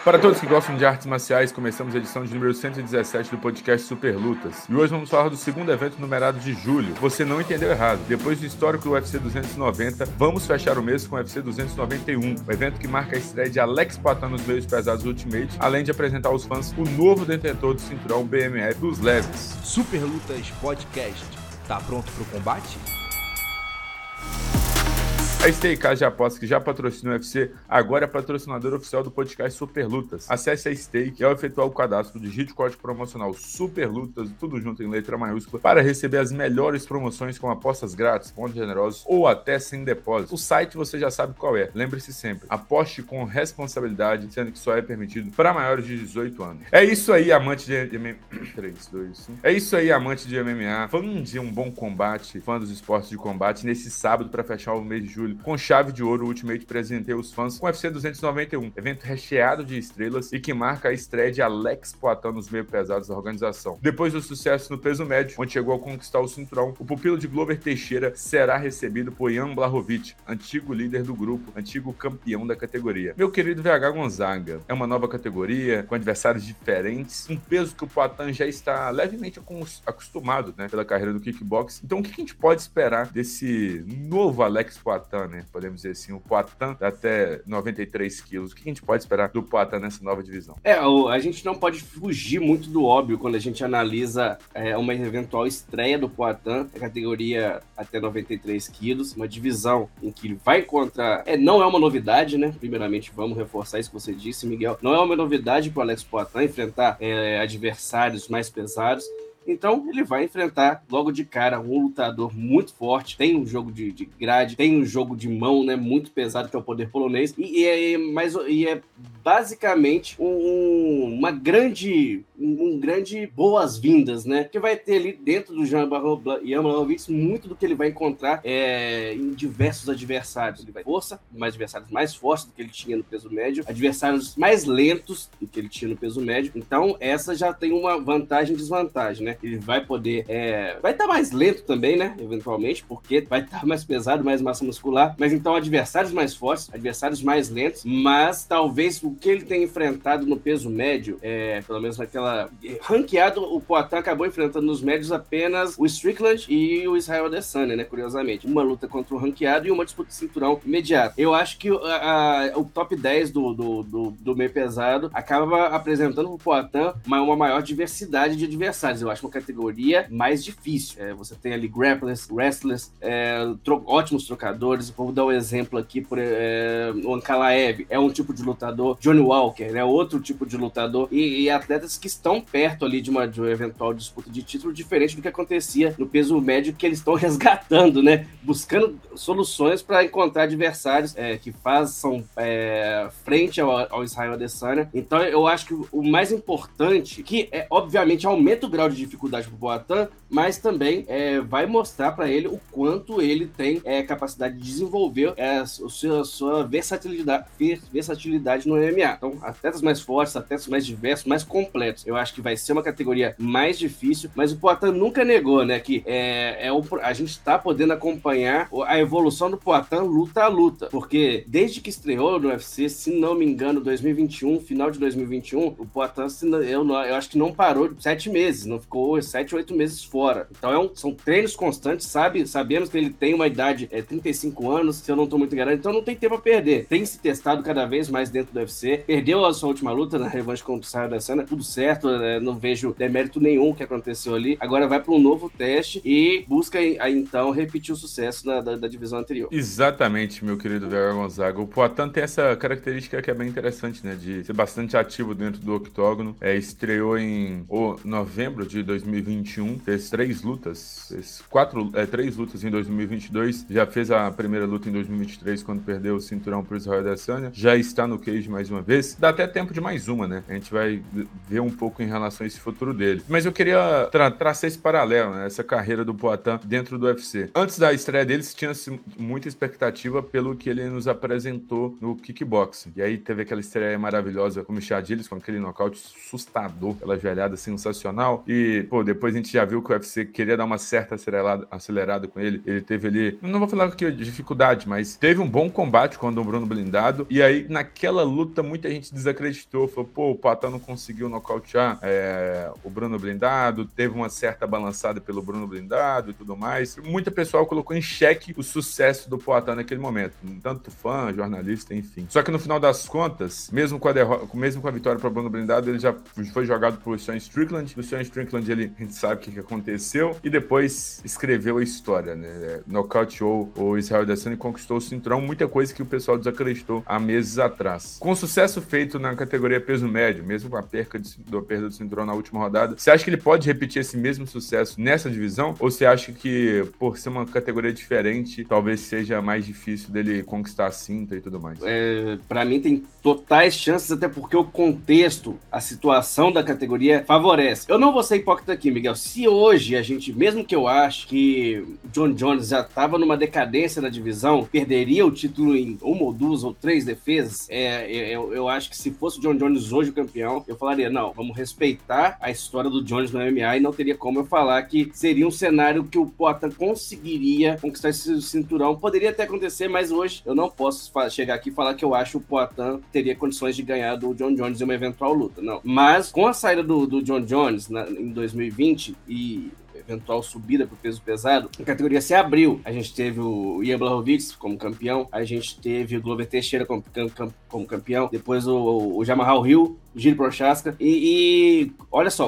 Para todos que gostam de artes marciais, começamos a edição de número 117 do podcast Super Lutas. E hoje vamos falar do segundo evento numerado de julho. Você não entendeu errado. Depois do histórico do UFC 290, vamos fechar o mês com o UFC 291, o evento que marca a estreia de Alex Poatan nos meios pesados Ultimate, além de apresentar aos fãs o novo detentor do cinturão BMF dos leves. Super Lutas Podcast. Tá pronto pro combate? A Stake, casa de apostas que já patrocina o UFC, agora é patrocinadora oficial do podcast Super Lutas. Acesse a Stake e ao efetuar o cadastro, digite o código promocional Super Lutas, tudo junto em letra maiúscula, para receber as melhores promoções com apostas grátis, pontos generosos ou até sem depósito. O site você já sabe qual é. Lembre-se sempre, aposte com responsabilidade, sendo que só é permitido para maiores de 18 anos. É isso aí, amante de MMA. 3, 2, 5. É isso aí, amante de MMA, fã de um bom combate, fã dos esportes de combate, nesse sábado para fechar o mês de julho. Com chave de ouro, o Ultimate presenteia os fãs com o UFC 291, evento recheado de estrelas e que marca a estreia de Alex Poatan nos meio pesados da organização. Depois do sucesso no peso médio, onde chegou a conquistar o cinturão, o pupilo de Glover Teixeira será recebido por Jan Blachowicz, antigo líder do grupo, antigo campeão da categoria. Meu querido VH Gonzaga, é uma nova categoria, com adversários diferentes, um peso que o Poatan já está levemente acostumado, né, pela carreira do kickbox. Então, o que a gente pode esperar desse novo Alex Poatan, né? Podemos dizer assim, o Poatan até 93 quilos. O que a gente pode esperar do Poatan nessa nova divisão? A gente não pode fugir muito do óbvio quando a gente analisa uma eventual estreia do Poatan, a categoria até 93 quilos, uma divisão em que ele vai encontrar... não é uma novidade, né? Primeiramente, vamos reforçar isso que você disse, Miguel. Não é uma novidade para o Alex Poatan enfrentar adversários mais pesados. Então, ele vai enfrentar logo de cara um lutador muito forte, tem um jogo de grade, tem um jogo de mão, né, muito pesado, que é o poder polonês, e é basicamente um grande boas-vindas, né, que vai ter ali dentro do Jan Blachowicz muito do que ele vai encontrar em diversos adversários. Ele vai ter força, adversários mais fortes do que ele tinha no peso médio, adversários mais lentos do que ele tinha no peso médio. Então, essa já tem uma vantagem e desvantagem, né? Ele vai poder... vai estar mais lento também, né? Eventualmente, porque vai estar mais pesado, mais massa muscular. Mas então, adversários mais fortes, adversários mais lentos, mas talvez o que ele tem enfrentado no peso médio, pelo menos naquela... Ranqueado, o Poatan acabou enfrentando nos médios apenas o Strickland e o Israel Adesanya, né? Curiosamente. Uma luta contra o ranqueado e uma disputa de cinturão imediata. Eu acho que o top 10 do meio pesado acaba apresentando pro Poatan uma maior diversidade de adversários. Eu acho uma categoria mais difícil. Você tem ali grapplers, wrestlers, ótimos trocadores. Vou dar um exemplo aqui, o Ankalaev é um tipo de lutador, Johnny Walker, né, outro tipo de lutador, e atletas que estão perto ali de uma eventual disputa de título, diferente do que acontecia no peso médio, que eles estão resgatando, né, buscando soluções para encontrar adversários que façam frente ao Israel Adesanya. Então eu acho que o mais importante, que obviamente aumenta o grau de dificuldade para o Poatan, mas também vai mostrar para ele o quanto ele tem capacidade de desenvolver a sua versatilidade no MMA. Então, atletas mais fortes, atletas mais diversos, mais completos. Eu acho que vai ser uma categoria mais difícil, mas o Poatan nunca negou, né, que a gente está podendo acompanhar a evolução do Poatan luta a luta, porque desde que estreou no UFC, se não me engano, 2021, final de 2021, o Poatan, eu acho que não parou 7 meses, não ficou 7, 8 meses fora. Então são treinos constantes, sabemos que ele tem uma idade, 35 anos, se eu não tô muito enganado, então não tem tempo a perder. Tem se testado cada vez mais dentro do UFC, perdeu a sua última luta na revanche contra o Israel Adesanya, tudo certo, não vejo demérito nenhum que aconteceu ali. Agora vai para um novo teste e busca então repetir o sucesso da divisão anterior. Exatamente, meu querido VH Gonzaga. O Poatan tem essa característica que é bem interessante, né, de ser bastante ativo dentro do octógono. Estreou em novembro de 2021, fez 3 lutas, fez 3 lutas em 2022, já fez a primeira luta em 2023 quando perdeu o cinturão para o Israel Adesanya, já está no cage mais uma vez, dá até tempo de mais uma, né? A gente vai ver pouco em relação a esse futuro dele. Mas eu queria traçar esse paralelo, né? Essa carreira do Poatan dentro do UFC. Antes da estreia dele, tinha-se muita expectativa pelo que ele nos apresentou no kickboxing. E aí teve aquela estreia maravilhosa com o Michad Gilles, com aquele nocaute assustador, aquela joelhada sensacional. E, pô, depois a gente já viu que o UFC queria dar uma certa acelerada com ele. Ele teve ali, não vou falar que dificuldade, mas teve um bom combate contra o Bruno Blindado. E aí, naquela luta, muita gente desacreditou. Falou, pô, o Poatan não conseguiu nocautear o Bruno Blindado, teve uma certa balançada pelo Bruno Blindado e tudo mais. Muita pessoal colocou em xeque o sucesso do Poatan naquele momento. Tanto fã, jornalista, enfim. Só que no final das contas, mesmo com a vitória para o Bruno Blindado, ele já foi jogado por Sean Strickland. No Sean Strickland, a gente sabe o que aconteceu. E depois escreveu a história, né? Nocauteou o Israel Adesanya e conquistou o cinturão. Muita coisa que o pessoal desacreditou há meses atrás. Com o sucesso feito na categoria peso médio, mesmo com a perda do cinturão na última rodada, você acha que ele pode repetir esse mesmo sucesso nessa divisão? Ou você acha que, por ser uma categoria diferente, talvez seja mais difícil dele conquistar a cinta e tudo mais? Pra mim tem totais chances, até porque o contexto, a situação da categoria favorece. Eu não vou ser hipócrita aqui, Miguel. Se hoje a gente, mesmo que eu acho que John Jones já estava numa decadência na divisão, perderia o título em uma ou duas ou três defesas, eu acho que se fosse o John Jones hoje o campeão, eu falaria, não, vamos respeitar a história do Jones no MMA e não teria como eu falar que seria um cenário que o Poatan conseguiria conquistar esse cinturão. Poderia até acontecer, mas hoje eu não posso chegar aqui e falar que eu acho que o Poatan teria condições de ganhar do John Jones em uma eventual luta, não. Mas com a saída do John Jones em 2020 e eventual subida para o peso pesado, a categoria se abriu. A gente teve o Ian Blachowicz como campeão, a gente teve o Glover Teixeira como campeão, depois o Jamahal Hill, o Giri Prochazka, e olha só,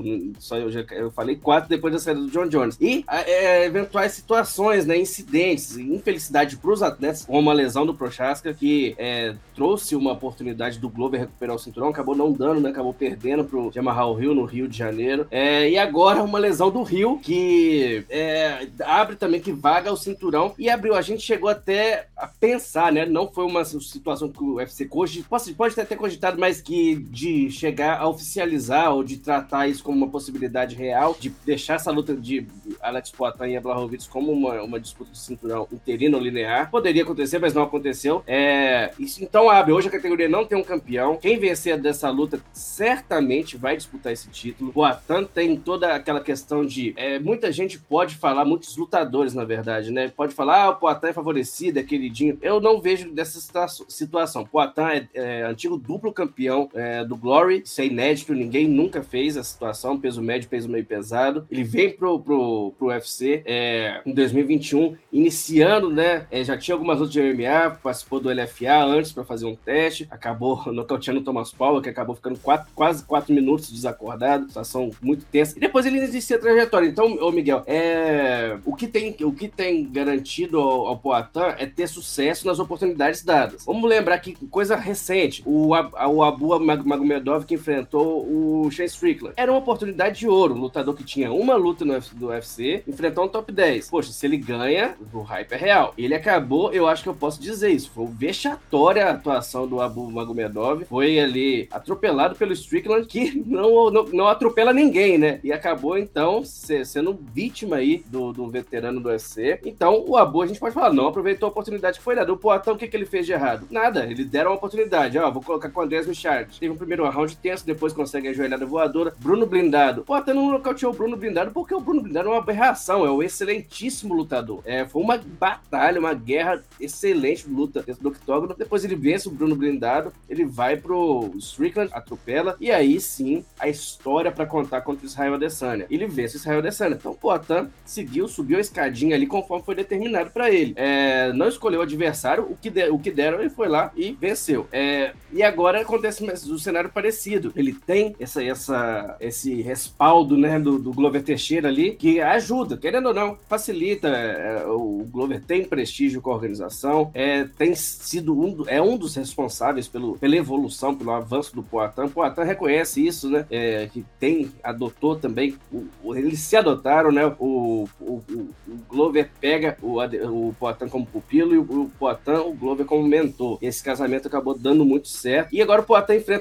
eu falei 4 depois da saída do John Jones. E eventuais situações, né, incidentes, infelicidade para os atletas, como a lesão do Prochazka, que trouxe uma oportunidade do Glover recuperar o cinturão, acabou não dando, né, acabou perdendo para o Jamahal Hill no Rio de Janeiro. E agora uma lesão do Hill, que abre também, que vaga o cinturão, e abriu. A gente chegou até a pensar, né, não foi uma situação que o UFC pode ter cogitado, mas que de chegar a oficializar ou de tratar isso como uma possibilidade real, de deixar essa luta de Alex Poatan e Blachowicz como uma disputa de cinturão interino ou linear, poderia acontecer, mas não aconteceu. Isso então abre. Hoje a categoria não tem um campeão. Quem vencer dessa luta certamente vai disputar esse título. Poatan tem toda aquela questão de muita gente pode falar, muitos lutadores na verdade, né, pode falar, o Poatan é favorecido, é queridinho. Eu não vejo dessa situação. Poatan é antigo duplo campeão do Glory, isso é inédito, ninguém nunca fez a situação, peso médio, peso meio pesado. Ele vem pro UFC em 2021, iniciando, né, já tinha algumas lutas de MMA, participou do LFA antes para fazer um teste, acabou nocauteando o Thomas Paula, que acabou ficando quase 4 minutos desacordado, situação muito tensa, e depois ele inicia a trajetória. Então, Miguel, o que tem garantido ao Poatan é ter sucesso nas oportunidades dadas. Vamos lembrar que coisa recente, o Abu Magomedov que enfrentou o Sean Strickland. Era uma oportunidade de ouro, um lutador que tinha uma luta do UFC, enfrentou um top 10. Poxa, se ele ganha, o hype é real. Ele acabou, eu acho que eu posso dizer isso, foi vexatória a atuação do Abu Magomedov, foi ali atropelado pelo Strickland, que não atropela ninguém, né? E acabou, então, sendo vítima aí do veterano do UFC. Então, o Abu, a gente pode falar, não aproveitou a oportunidade que foi dada. O Poatan, o que ele fez de errado? Nada, eles deram uma oportunidade. Vou colocar com o Andreas Michard. Teve um primeiro round tenso, depois consegue a joelhada voadora. Bruno Blindado. Poatan não nocauteou o Bruno Blindado porque o Bruno Blindado é uma aberração, é um excelentíssimo lutador. Foi uma batalha, uma guerra excelente de luta dentro do octógono. Depois ele vence o Bruno Blindado, ele vai pro Strickland, atropela, e aí sim, a história pra contar contra o Israel Adesanya. Ele vence o Israel Adesanya. Então o Poatan subiu a escadinha ali conforme foi determinado pra ele. Não escolheu o adversário, o que deram, ele foi lá e venceu. E agora acontece um cenário parecido. Ele tem esse respaldo, né, do Glover Teixeira ali, que ajuda, querendo ou não, facilita. O Glover tem prestígio com a organização, tem sido um dos responsáveis pela evolução, pelo avanço do Poatan. O Poatan reconhece isso, né, que adotou também, eles se adotaram, né, o Glover pega o Poatan como pupilo e o Poatan, o Glover como mentor. Esse casamento acabou dando muito certo. E agora o Poatan enfrenta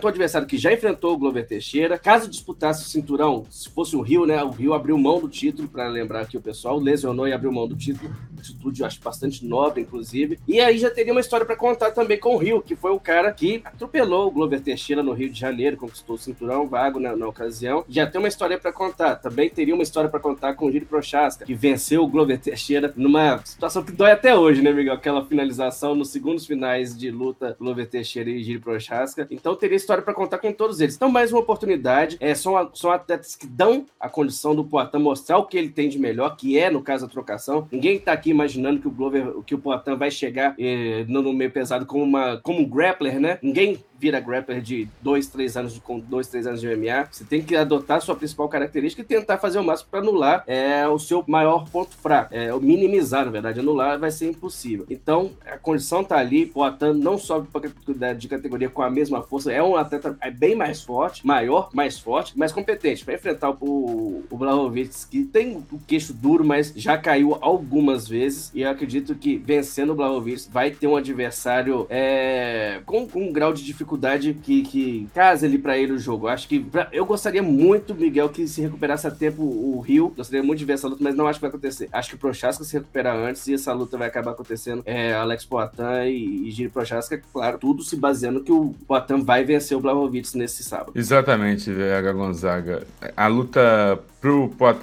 adversário que já enfrentou o Glover Teixeira. Caso disputasse o cinturão, se fosse o Rio, né? O Rio abriu mão do título, para lembrar aqui o pessoal, lesionou e abriu mão do título. Atitude, eu acho, bastante nobre, inclusive. E aí já teria uma história para contar também com o Rio, que foi o cara que atropelou o Glover Teixeira no Rio de Janeiro, conquistou o cinturão vago na ocasião. Já tem uma história para contar. Também teria uma história para contar com o Jiri Prochazka, que venceu o Glover Teixeira numa situação que dói até hoje, né, Miguel? Aquela finalização nos segundos finais de luta, Glover Teixeira e Jiri Prochazka. Então teria história para contar com todos eles. Então mais uma oportunidade. São atletas que dão a condição do Poatan mostrar o que ele tem de melhor, que é, no caso, a trocação. Ninguém tá aqui imaginando que o Poatan vai chegar no meio pesado como um grappler, né? Ninguém vira grappler de 2-3 anos de MMA. Você tem que adotar a sua principal característica e tentar fazer o máximo para anular o seu maior ponto fraco. Minimizar, na verdade. Anular vai ser impossível. Então, a condição tá ali. Poatan não sobe de categoria com a mesma força. É um atleta bem mais forte, maior, mais forte, mais competente para enfrentar o Blachowicz, que tem o queixo duro, mas já caiu algumas vezes. E eu acredito que vencendo o Blachowicz vai ter um adversário com um grau de dificuldade que casa ali pra ele o jogo. Acho que eu gostaria muito, Miguel, que se recuperasse a tempo o Rio. Gostaria muito de ver essa luta, mas não acho que vai acontecer. Acho que o Prochazka se recuperar antes e essa luta vai acabar acontecendo. Alex Poatan e Jiri Prochazka, claro, tudo se baseando que o Poatan vai vencer o Blachowicz nesse sábado. Exatamente, VH Gonzaga. A luta pro Poatan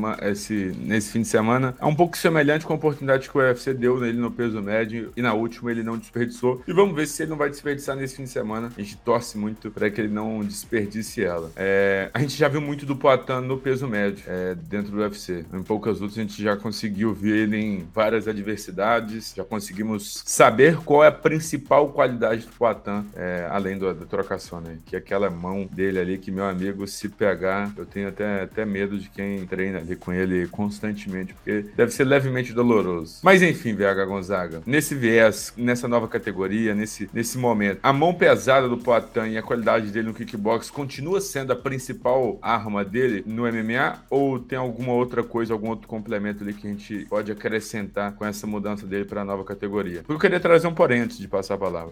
nesse fim de semana é um pouco semelhante com a oportunidade que o UFC deu nele no peso médio e na última ele não desperdiçou. E vamos ver se ele não vai desperdiçar nesse fim de semana. A gente torce muito para que ele não desperdice ela. A gente já viu muito do Poatan no peso médio dentro do UFC. Em poucas lutas a gente já conseguiu ver ele em várias adversidades, já conseguimos saber qual é a principal qualidade do Poatan, além da trocação, né? Que é aquela mão dele ali que, meu amigo, se pegar, eu tenho até medo de quem treina ali com ele constantemente, porque deve ser levemente doloroso. Mas enfim, VH Gonzaga, nesse viés, nessa nova categoria, nesse momento, a mão pesada do Poatan e a qualidade dele no kickbox continua sendo a principal arma dele no MMA, ou tem alguma outra coisa, algum outro complemento ali que a gente pode acrescentar com essa mudança dele para a nova categoria? Eu queria trazer um porém antes de passar a palavra.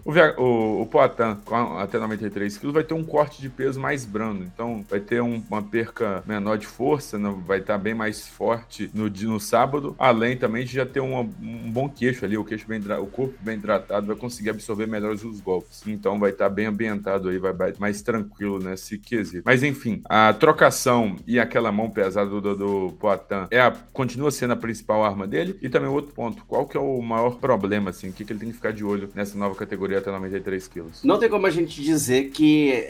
O Poatan, até 93 quilos, vai ter um corte de peso mais brando, então vai ter uma perca menor de força, vai estar bem mais forte no sábado, além também de já ter um bom queixo ali, o corpo bem hidratado, vai conseguir absorver melhor os golpes, então vai estar bem ambientado aí, vai mais tranquilo nesse quesito. Mas enfim, a trocação e aquela mão pesada do Poatan continua sendo a principal arma dele. E também outro ponto, qual que é o maior problema, assim, o que ele tem que ficar de olho nessa nova categoria até 93 quilos? Não tem como a gente dizer que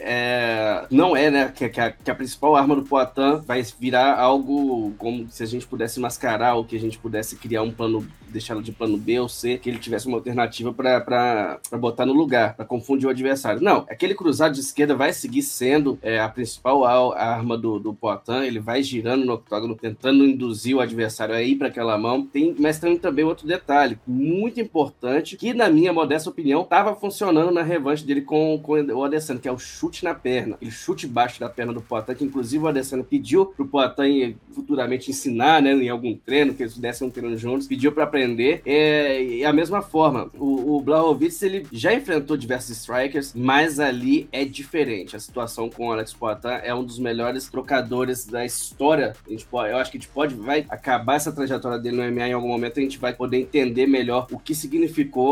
não né, que a principal arma do Poatan vai virar algo como se a gente pudesse mascarar, ou que a gente pudesse criar um plano, deixá-lo de plano B ou C, que ele tivesse uma alternativa para botar no lugar, para confundir o adversário. Não, aquele cruzado de esquerda vai seguir sendo a principal arma do Poatan. Ele vai girando no octógono, tentando induzir o adversário a ir para aquela mão. Mas tem também outro detalhe muito importante, que na minha modesta opinião estava funcionando na revanche dele com o Adesanya, que é o chute na perna, aquele chute baixo da perna do Poatan, que inclusive o Adesanya pediu pro Poatan futuramente ensinar, né, em algum treino, que eles dessem um treino juntos, pediu para aprender. E a mesma forma, o Blachowicz, ele já enfrentou diversos strikers, mas ali é diferente. A situação com o Alex Poatan é um dos melhores trocadores da história. Eu acho que a gente vai acabar essa trajetória dele no MMA em algum momento, a gente vai poder entender melhor o que significou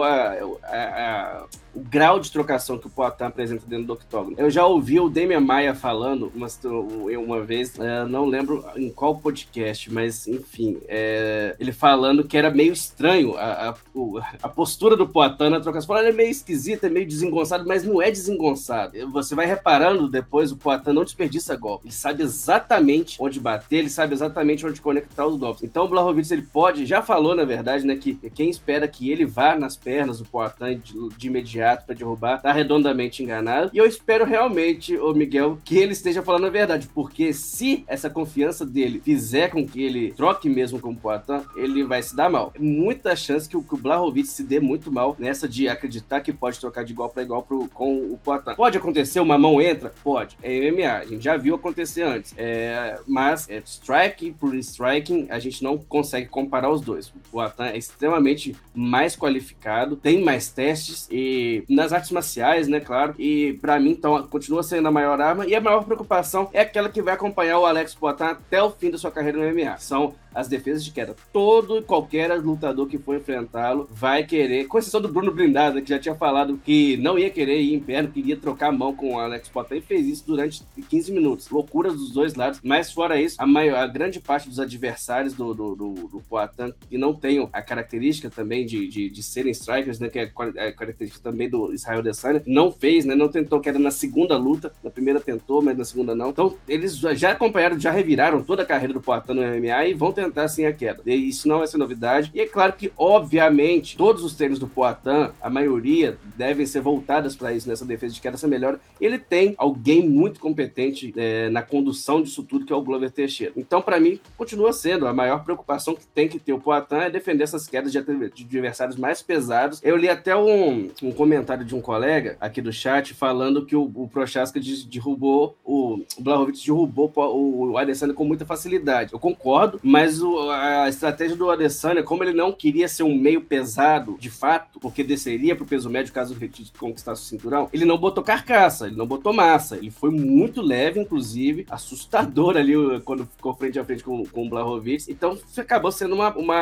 o grau de trocação que o Poatan apresenta dentro do octógono. Eu já ouvi o Demian Maia falando uma vez, não lembro em qual podcast, mas enfim, ele falando que era meio estranho a postura do Poatan na trocação. Ele é meio esquisita, é meio desengonçado, mas não é desengonçado. Você vai reparando depois, o Poatan não desperdiça golpe. Ele sabe exatamente onde bater, ele sabe exatamente onde conectar os golpes. Então o Blachowicz, ele já falou, na verdade, né, que quem espera que ele vá nas pernas do Poatan de imediato para derrubar, tá redondamente enganado. E eu espero realmente, ô Miguel, que ele esteja falando a verdade, porque se essa confiança dele fizer com que ele troque mesmo com o Poatan, ele vai se dar mal. Muita chance que o Blachowicz se dê muito mal nessa de acreditar que pode trocar de igual para igual com o Poatan. Pode acontecer, uma mão entra? Pode. É MMA, a gente já viu acontecer antes. Mas strike por striking, a gente não consegue comparar os dois. O Poatan é extremamente mais qualificado, tem mais testes e e nas artes marciais, né, claro. E pra mim, então, continua sendo a maior arma. E a maior preocupação é aquela que vai acompanhar o Alex Poatan até o fim da sua carreira no MMA. São as defesas de queda. Todo e qualquer lutador que for enfrentá-lo vai querer, com exceção do Bruno Blindado, que já tinha falado que não ia querer ir em perna, queria trocar a mão com o Alex Poatan e fez isso durante 15 minutos. Loucuras dos dois lados. Mas fora isso, a grande parte dos adversários do Poatan, que não tem a característica também de serem strikers, né, que é a característica também do Israel Adesanya, não fez, né, não tentou queda na segunda luta. Na primeira tentou, mas na segunda não. Então, eles já acompanharam, já reviraram toda a carreira do Poatan no MMA e vão tentar sim a queda. E isso não vai ser novidade. E é claro que, obviamente, todos os treinos do Poatan, a maioria, devem ser voltadas para isso, nessa defesa de queda ser melhor. Ele tem alguém muito competente na condução disso tudo, que é o Glover Teixeira. Então, para mim, continua sendo a maior preocupação que tem que ter o Poatan é defender essas quedas de adversários mais pesados. Eu li até um comentário de um colega aqui do chat falando que o Prochazka derrubou, o Blachowicz derrubou o Adesanya com muita facilidade. Eu concordo, mas a estratégia do Adesanya, como ele não queria ser um meio pesado, de fato, porque desceria pro peso médio caso ele conquistasse o cinturão, ele não botou carcaça, ele não botou massa, ele foi muito leve, inclusive, assustador ali quando ficou frente a frente com o Blachowicz. Então, acabou sendo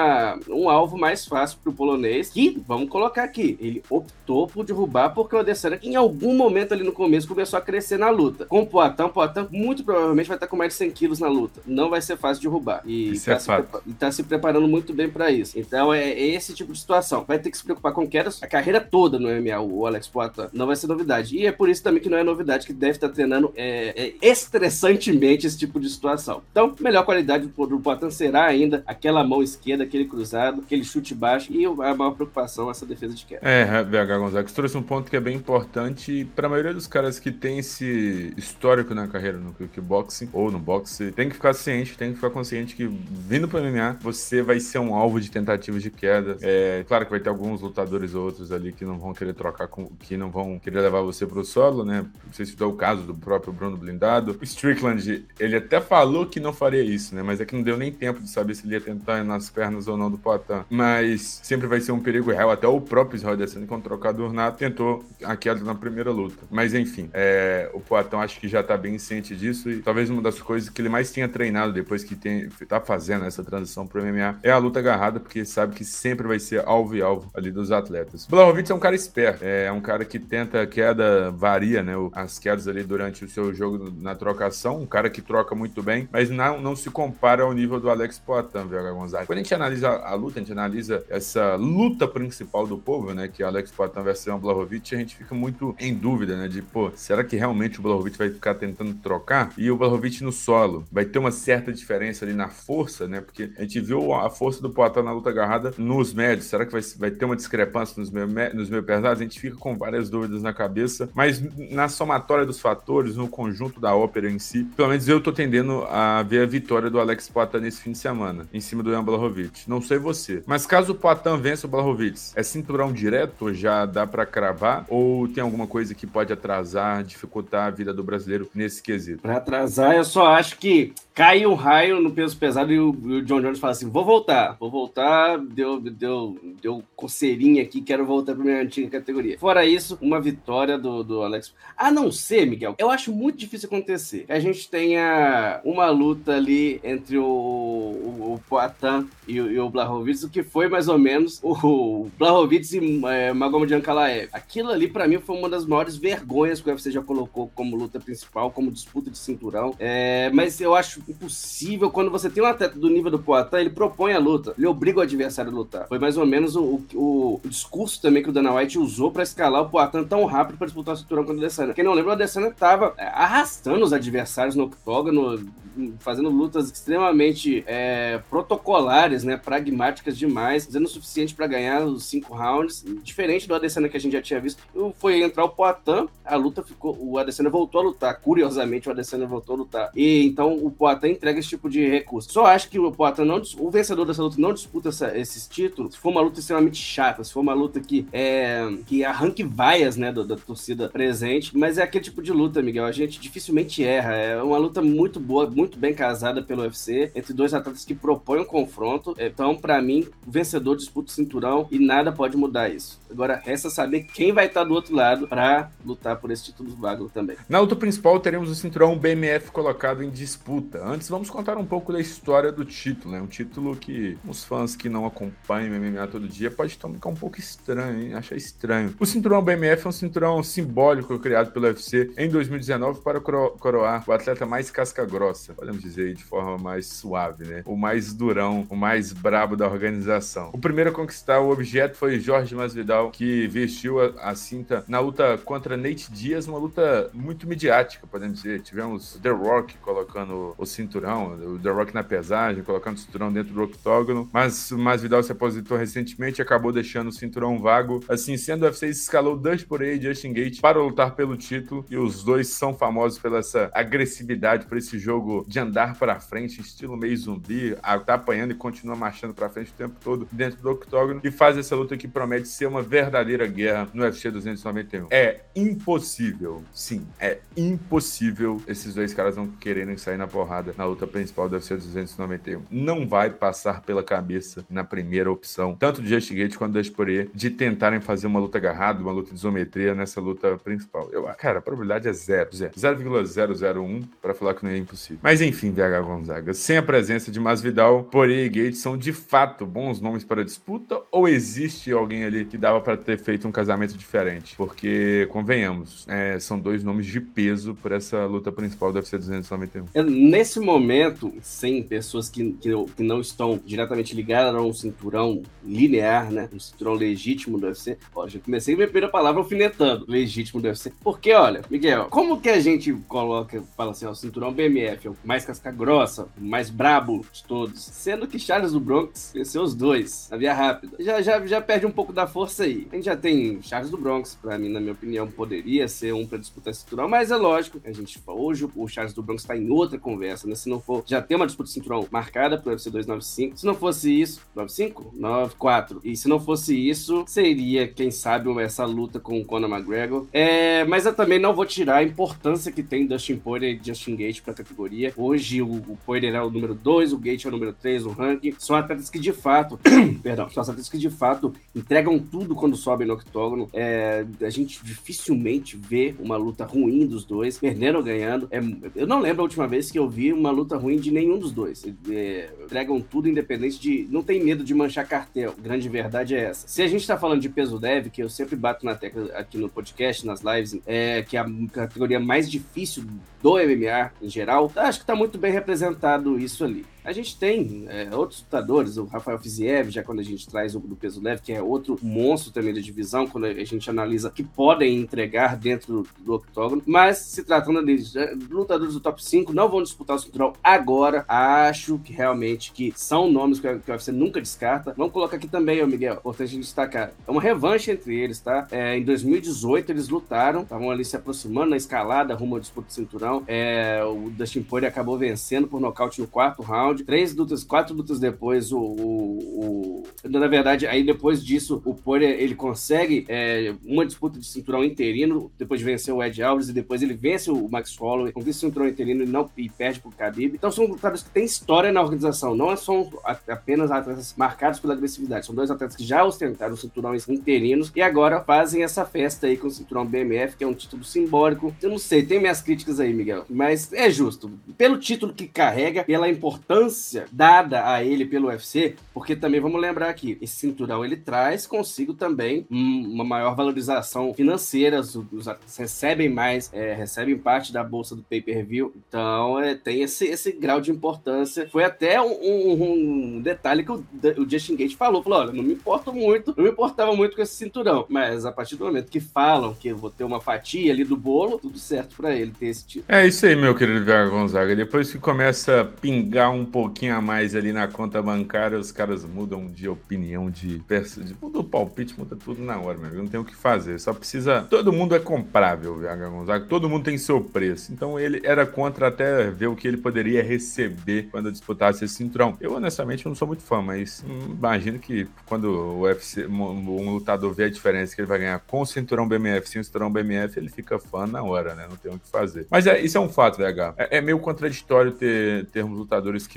um alvo mais fácil pro polonês, que, vamos colocar aqui, ele optou por derrubar porque o Adesanya, em algum momento ali no começo, começou a crescer na luta. Com o Poatan muito provavelmente vai estar com mais de 100 quilos na luta. Não vai ser fácil derrubar. E tá se preparando muito bem pra isso. Então, é esse tipo de situação. Vai ter que se preocupar com quedas a carreira toda no MMA, o Alex Poatan. Não vai ser novidade. E é por isso também que não é novidade, que deve estar treinando estressantemente esse tipo de situação. Então, melhor qualidade do Poatan será ainda aquela mão esquerda, aquele cruzado, aquele chute baixo e a maior preocupação essa defesa de queda. VH Gonzalez trouxe um ponto que é bem importante para a maioria dos caras que tem esse histórico na carreira no kickboxing ou no boxe. Tem que ficar ciente, tem que ficar consciente que vindo para o MMA, você vai ser um alvo de tentativas de queda. Claro que vai ter alguns lutadores ou outros ali que não vão querer trocar, que não vão querer levar você pro solo, né? Não sei se é o caso do próprio Bruno Blindado. O Strickland, ele até falou que não faria isso, né? Mas é que não deu nem tempo de saber se ele ia tentar nas pernas ou não do Poatan. Mas sempre vai ser um perigo real. Até o próprio Israel Adesanya, quando trocado Urnato, tentou a queda na primeira luta. Mas enfim, o Poatan acho que já tá bem ciente disso e talvez uma das coisas que ele mais tenha treinado depois que tá fazendo essa transição pro MMA é a luta agarrada, porque sabe que sempre vai ser alvo e alvo ali dos atletas. Blachowicz é um cara esperto, é um cara que tenta queda, varia, né, as quedas ali durante o seu jogo na trocação, um cara que troca muito bem, mas não se compara ao nível do Alex Poatan, VH Gonzalez. Quando a gente analisa a luta, a gente analisa essa luta principal do povo, né, que é Alex Poatan versus o Blachowicz, a gente fica muito em dúvida, né, de, será que realmente o Blachowicz vai ficar tentando trocar? E o Blachowicz no solo, vai ter uma certa diferença ali na força, né, porque a gente viu a força do Poatan na luta agarrada nos médios, será que vai ter uma discrepância nos meio pesados? A gente fica com várias dúvidas na cabeça, mas na somatória dos fatores, no conjunto da ópera em si, pelo menos eu tô tendendo a ver a vitória do Alex Poatan nesse fim de semana, em cima do Jan Blachowicz. Não sei você, mas caso o Poatan vença o Blachowicz, é cinturão direto? Já dá pra cravar? Ou tem alguma coisa que pode atrasar, dificultar a vida do brasileiro nesse quesito? Pra atrasar, eu só acho que cai um raio no peso pesado e o John Jones fala assim, vou voltar, deu coceirinha aqui, quero voltar pra minha antiga categoria. Fora isso, uma vitória do Alex. A não ser, Miguel, eu acho muito difícil acontecer que a gente tenha uma luta ali entre o Poatan e o Blachowicz, o que foi mais ou menos o Blachowicz e Magomed Ankalaev. Aquilo ali, pra mim, foi uma das maiores vergonhas que o UFC já colocou como luta principal, como disputa de cinturão. Mas eu acho impossível, quando você tem um atleta do nível do Poatan, ele propõe a luta, ele obriga o adversário a lutar. Foi mais ou menos o discurso também que o Dana White usou pra escalar o Poatan tão rápido pra disputar o cinturão contra o Adesanya. Quem não lembra, o Adesanya tava arrastando os adversários no octógono, fazendo lutas extremamente protocolares, né, pragmáticas demais, fazendo o suficiente pra ganhar os 5 rounds, diferente do Adesanya que a gente já tinha visto. Foi entrar o Poatan, a luta ficou, o Adesanya voltou a lutar, curiosamente o Adesanya voltou a lutar, e então o Poatan entrega esse tipo de recurso. Só acho que o Poatan o vencedor dessa luta não disputa esses títulos se for uma luta extremamente chata, se for uma luta que arranque vaias, né, da torcida presente, mas é aquele tipo de luta, Miguel, a gente dificilmente erra, é uma luta muito boa, muito bem casada pelo UFC, entre dois atletas que propõem um confronto. Então, pra mim, o vencedor disputa o cinturão e nada pode mudar isso. Agora resta saber quem vai estar do outro lado para lutar por esse título vago também. Na luta principal, teremos o cinturão BMF colocado em disputa. Antes, vamos contar um pouco da história do título, né? Um título que os fãs que não acompanham o MMA todo dia pode ficar um pouco estranho, hein? Achar estranho. O cinturão BMF é um cinturão simbólico criado pelo UFC em 2019 para coroar o atleta mais casca-grossa, podemos dizer aí de forma mais suave, né? O mais durão, o mais brabo da organização. O primeiro a conquistar o objeto foi Jorge Masvidal, que vestiu a cinta na luta contra Nate Diaz, uma luta muito midiática, podemos dizer. Tivemos The Rock colocando o cinturão, o The Rock na pesagem, colocando o cinturão dentro do octógono, mas o Masvidal se aposentou recentemente e acabou deixando o cinturão vago. Assim sendo, o UFC escalou Dustin Poirier e Justin Gaethje para lutar pelo título, e os dois são famosos pela essa agressividade, por esse jogo de andar para frente, estilo meio zumbi, tá apanhando e continua marchando para frente o tempo todo dentro do octógono, e faz essa luta que promete ser uma verdadeira guerra no UFC 291. É impossível, sim, é impossível esses dois caras não quererem sair na porrada na luta principal do UFC 291. Não vai passar pela cabeça na primeira opção, tanto de Justin Gaethje quanto do Poirier, de tentarem fazer uma luta agarrada, uma luta de isometria nessa luta principal. Cara, a probabilidade é 0,001 para falar que não é impossível. Mas enfim, VH Gonzaga, sem a presença de Masvidal, Poirier e Gaethje são de fato bons nomes para a disputa, ou existe alguém ali que dava para ter feito um casamento diferente? Porque, convenhamos, são dois nomes de peso por essa luta principal do UFC 291. Nesse momento, sem pessoas que não estão diretamente ligadas a um cinturão linear, né? Um cinturão legítimo do UFC. Ó, já comecei a minha primeira palavra alfinetando. Legítimo do UFC. Porque, olha, Miguel, como que a gente fala assim, ó, o cinturão BMF é o mais casca-grossa, o mais brabo de todos, sendo que Charles do Bronx venceu os dois na via rápida. Já perde um pouco da força aí. A gente já tem Charles do Bronx, pra mim, na minha opinião, poderia ser um pra disputar esse cinturão, mas é lógico, a gente hoje o Charles do Bronx tá em outra conversa, né? Se não for, já tem uma disputa de cinturão marcada pro UFC 295. Se não fosse isso, 95? 94. E se não fosse isso, seria, quem sabe, essa luta com o Conor McGregor. Mas eu também não vou tirar a importância que tem Dustin Poirier e Justin Gaethje pra categoria. Hoje o Poirier é o número 2, o Gaethje é o número 3 no ranking. São atletas que de fato, são atletas que de fato entregam tudo quando sobem no octógono. A gente dificilmente vê uma luta ruim dos dois, perdendo ou ganhando. Eu não lembro a última vez que eu vi uma luta ruim de nenhum dos dois. Entregam tudo independente de... Não tem medo de manchar cartel. A grande verdade é essa. Se a gente tá falando de peso leve, que eu sempre bato na tecla aqui no podcast, nas lives, que é a categoria mais difícil do MMA em geral, acho que tá muito bem representado isso ali. A gente tem outros lutadores, o Rafael Fiziev, já quando a gente traz o do peso leve, que é outro monstro também da divisão, quando a gente analisa que podem entregar dentro do octógono, mas se tratando de lutadores do top 5, não vão disputar o cinturão agora. Acho que realmente que são nomes que o UFC nunca descarta. Vamos colocar aqui também, Miguel, importante destacar, é uma revanche entre eles, tá? Em 2018 eles lutaram, estavam ali se aproximando na escalada rumo ao disputa do cinturão. O Dustin Poirier acabou vencendo por nocaute no 4º round. 4 lutas depois, na verdade, aí depois disso, o Poirier, ele consegue uma disputa de cinturão interino, depois de vencer o Ed Alves, e depois ele vence o Max Holloway, conquista o cinturão interino e perde pro Khabib. Então são lutadores que têm história na organização, não são apenas atletas marcados pela agressividade, são dois atletas que já ostentaram cinturões interinos e agora fazem essa festa aí com o cinturão BMF, que é um título simbólico. Eu não sei, tem minhas críticas aí, Miguel, mas é justo. Pelo título que carrega, pela importância dada a ele pelo UFC, porque também vamos lembrar aqui, esse cinturão ele traz consigo também uma maior valorização financeira, os atletas recebem mais, recebem parte da bolsa do pay-per-view, então tem esse grau de importância. Foi até um detalhe que o Justin Gaethje falou, olha, não me importava muito com esse cinturão, mas a partir do momento que falam que eu vou ter uma fatia ali do bolo, tudo certo pra ele ter esse título. É isso aí, meu querido VH Gonzaga, depois que começa a pingar um pouquinho a mais ali na conta bancária, os caras mudam de opinião, muda o palpite, muda tudo na hora, meu. Não tem o que fazer, só precisa... Todo mundo é comprável, VH Gonzaga, todo mundo tem seu preço, então ele era contra até ver o que ele poderia receber quando disputasse esse cinturão. Eu, honestamente, não sou muito fã, mas imagino que quando o UFC, um lutador vê a diferença que ele vai ganhar com o cinturão BMF, sem o cinturão BMF, ele fica fã na hora, né? Não tem o que fazer. Mas isso é um fato, VH. É meio contraditório termos lutadores que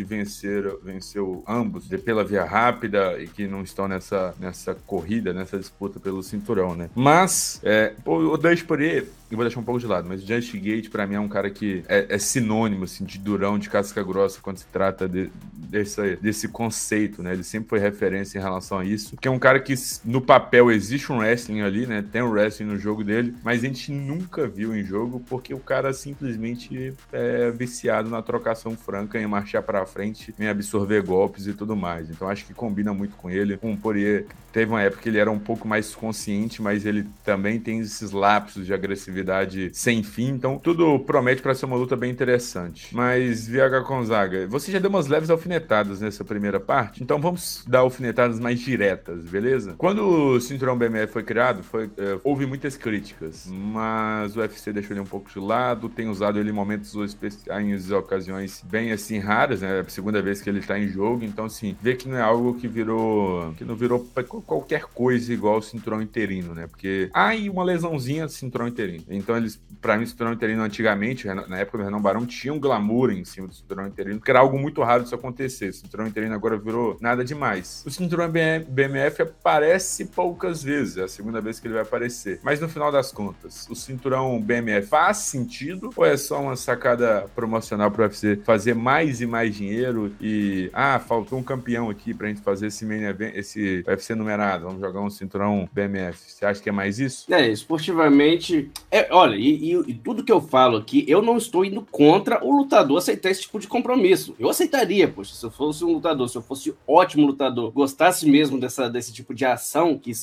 venceu ambos pela via rápida e que não estão nessa corrida, nessa disputa pelo cinturão, né? Mas, o Dustin Poirier, eu vou deixar um pouco de lado, mas o Justin Gaethje, pra mim, é um cara que é sinônimo, assim, de durão, de casca grossa, quando se trata desse conceito, né? Ele sempre foi referência em relação a isso, porque é um cara que, no papel, existe um wrestling ali, né? Tem um wrestling no jogo dele, mas a gente nunca viu em jogo, porque o cara simplesmente é viciado na trocação franca, em marchar pra frente, em absorver golpes e tudo mais. Então, acho que combina muito com ele. Com o Poirier, teve uma época que ele era um pouco mais consciente, mas ele também tem esses lapsos de agressividade sem fim, então tudo promete para ser uma luta bem interessante. Mas, VH Gonzaga, você já deu umas leves alfinetadas nessa primeira parte, então vamos dar alfinetadas mais diretas, beleza? Quando o cinturão BMF foi criado, houve muitas críticas, mas o UFC deixou ele um pouco de lado, tem usado ele em momentos especiais, em ocasiões bem assim raras, né? É a segunda vez que ele tá em jogo, então assim, vê que não é algo que não virou qualquer coisa igual o cinturão interino, né? Porque e uma lesãozinha, cinturão interino. Então pra mim, o cinturão interino antigamente, na época do Renan Barão, tinha um glamour em cima do cinturão interino, porque era algo muito raro disso acontecer. O cinturão interino agora virou nada demais. O cinturão BMF aparece poucas vezes, é a segunda vez que ele vai aparecer. Mas no final das contas, o cinturão BMF faz sentido ou é só uma sacada promocional pro UFC fazer mais e mais dinheiro e, faltou um campeão aqui pra gente fazer esse UFC numerado, vamos jogar um cinturão BMF. Você acha que é mais isso? Esportivamente, olha, e tudo que eu falo aqui, eu não estou indo contra o lutador aceitar esse tipo de compromisso. Eu aceitaria, poxa, se eu fosse um lutador, se eu fosse ótimo lutador, gostasse mesmo desse tipo de ação que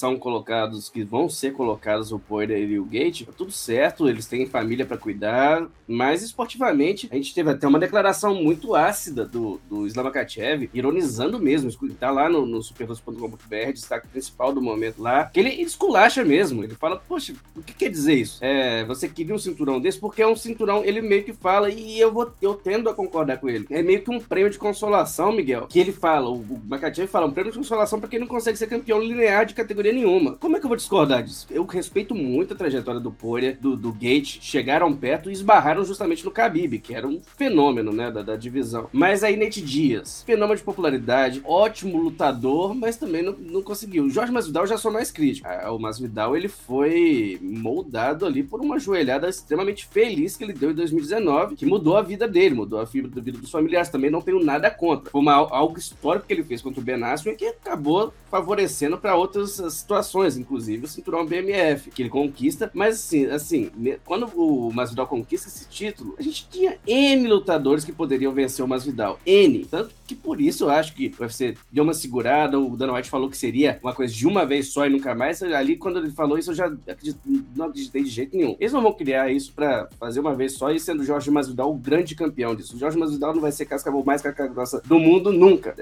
vão ser colocados o Poirier e o Gaethje, tá tudo certo, eles têm família pra cuidar, mas esportivamente, a gente teve até uma declaração muito ácida do Islam Makhachev, ironizando mesmo, tá lá no superlutador.com.br, destaque principal do momento lá, que ele esculacha mesmo, ele fala, poxa, o que quer dizer isso? Você queria um cinturão desse? Porque é um cinturão, ele meio que fala, e eu tendo a concordar com ele, é meio que um prêmio de consolação, Miguel, que ele fala, o Makhachev fala, um prêmio de consolação pra quem não consegue ser campeão linear de categoria nenhuma. Como é que eu vou discordar disso? Eu respeito muito a trajetória do Poirier, do Gaethje, chegaram perto e esbarraram justamente no Khabib, que era um fenômeno, né, da divisão. Mas aí Nate Diaz, fenômeno de popularidade, ótimo lutador, mas também não conseguiu. O Jorge Masvidal já sou mais crítico. O Masvidal, ele foi moldado ali por uma joelhada extremamente feliz que ele deu em 2019, que mudou a vida dele, mudou a vida dos familiares. Também não tenho nada contra. Foi algo histórico que ele fez contra o Ben Askren, que acabou favorecendo para outras situações, inclusive o cinturão BMF, que ele conquista. Mas assim, quando o Masvidal conquista esse título, a gente tinha N lutadores que poderiam vencer o Masvidal. N. Tanto que por isso eu acho que o UFC deu uma segurada, o Dana White falou que seria uma coisa de uma vez só e nunca mais. Ali, quando ele falou isso, eu já não acreditei de jeito nenhum. Eles não vão criar isso pra fazer uma vez só e sendo o Jorge Masvidal o grande campeão disso. O Jorge Masvidal não vai ser mais casca grossa do mundo nunca.